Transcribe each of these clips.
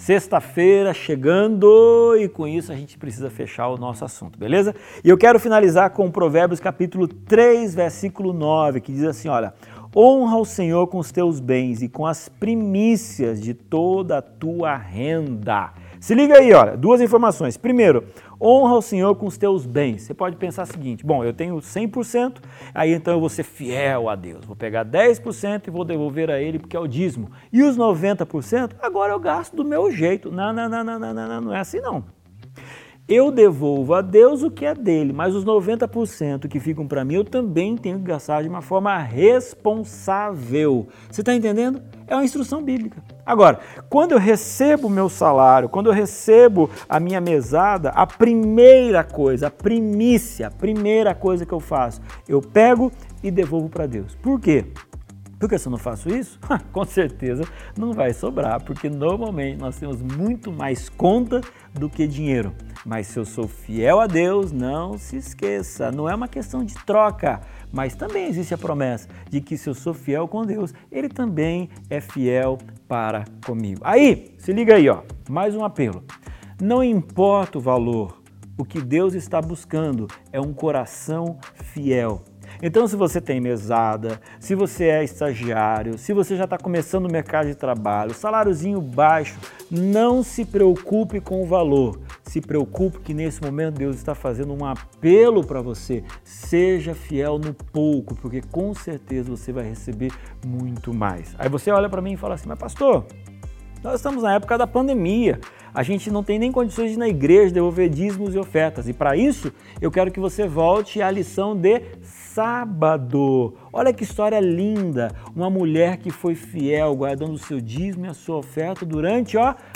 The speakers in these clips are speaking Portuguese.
Sexta-feira chegando e com isso a gente precisa fechar o nosso assunto, beleza? E eu quero finalizar com Provérbios capítulo 3, versículo 9, que diz assim, olha, honra o Senhor com os teus bens e com as primícias de toda a tua renda. Se liga aí, olha, duas informações. Primeiro, honra o Senhor com os teus bens. Você pode pensar o seguinte, bom, eu tenho 100%, aí então eu vou ser fiel a Deus. Vou pegar 10% e vou devolver a Ele porque é o dízimo. E os 90%, agora eu gasto do meu jeito. Não é assim não. Eu devolvo a Deus o que é dele, mas os 90% que ficam para mim, eu também tenho que gastar de uma forma responsável. Você está entendendo? É uma instrução bíblica. Agora, quando eu recebo o meu salário, quando eu recebo a minha mesada, a primeira coisa, a primícia, a primeira coisa que eu faço, eu pego e devolvo para Deus. Por quê? Porque se eu não faço isso, com certeza não vai sobrar, porque normalmente nós temos muito mais conta do que dinheiro. Mas se eu sou fiel a Deus, não se esqueça, não é uma questão de troca, mas também existe a promessa de que se eu sou fiel com Deus, Ele também é fiel para comigo. Aí, se liga aí, ó, mais um apelo. Não importa o valor, o que Deus está buscando é um coração fiel. Então, se você tem mesada, se você é estagiário, se você já está começando no mercado de trabalho, saláriozinho baixo, não se preocupe com o valor. Se preocupe que nesse momento Deus está fazendo um apelo para você. Seja fiel no pouco, porque com certeza você vai receber muito mais. Aí você olha para mim e fala assim, mas pastor, nós estamos na época da pandemia. A gente não tem nem condições de ir na igreja devolver dízimos e ofertas. E para isso, eu quero que você volte à lição de sábado. Olha que história linda. Uma mulher que foi fiel, guardando o seu dízimo e a sua oferta durante,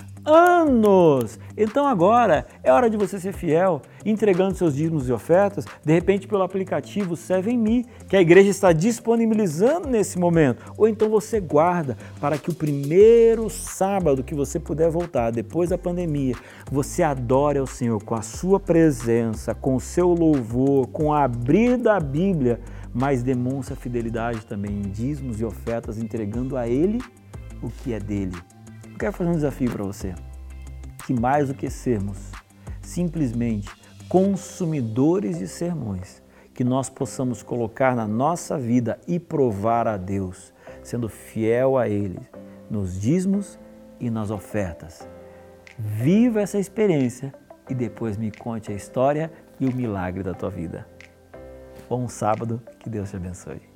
anos. Então agora é hora de você ser fiel, entregando seus dízimos e ofertas, de repente pelo aplicativo 7Me, que a igreja está disponibilizando nesse momento. Ou então você guarda para que o primeiro sábado que você puder voltar, depois da pandemia, você adore ao Senhor com a sua presença, com o seu louvor, com a abrir da Bíblia, mas demonstra fidelidade também em dízimos e ofertas, entregando a Ele o que é dele. Eu quero fazer um desafio para você, que mais do que sermos simplesmente consumidores de sermões, que nós possamos colocar na nossa vida e provar a Deus, sendo fiel a Ele, nos dízimos e nas ofertas. Viva essa experiência e depois me conte a história e o milagre da tua vida. Bom sábado, que Deus te abençoe.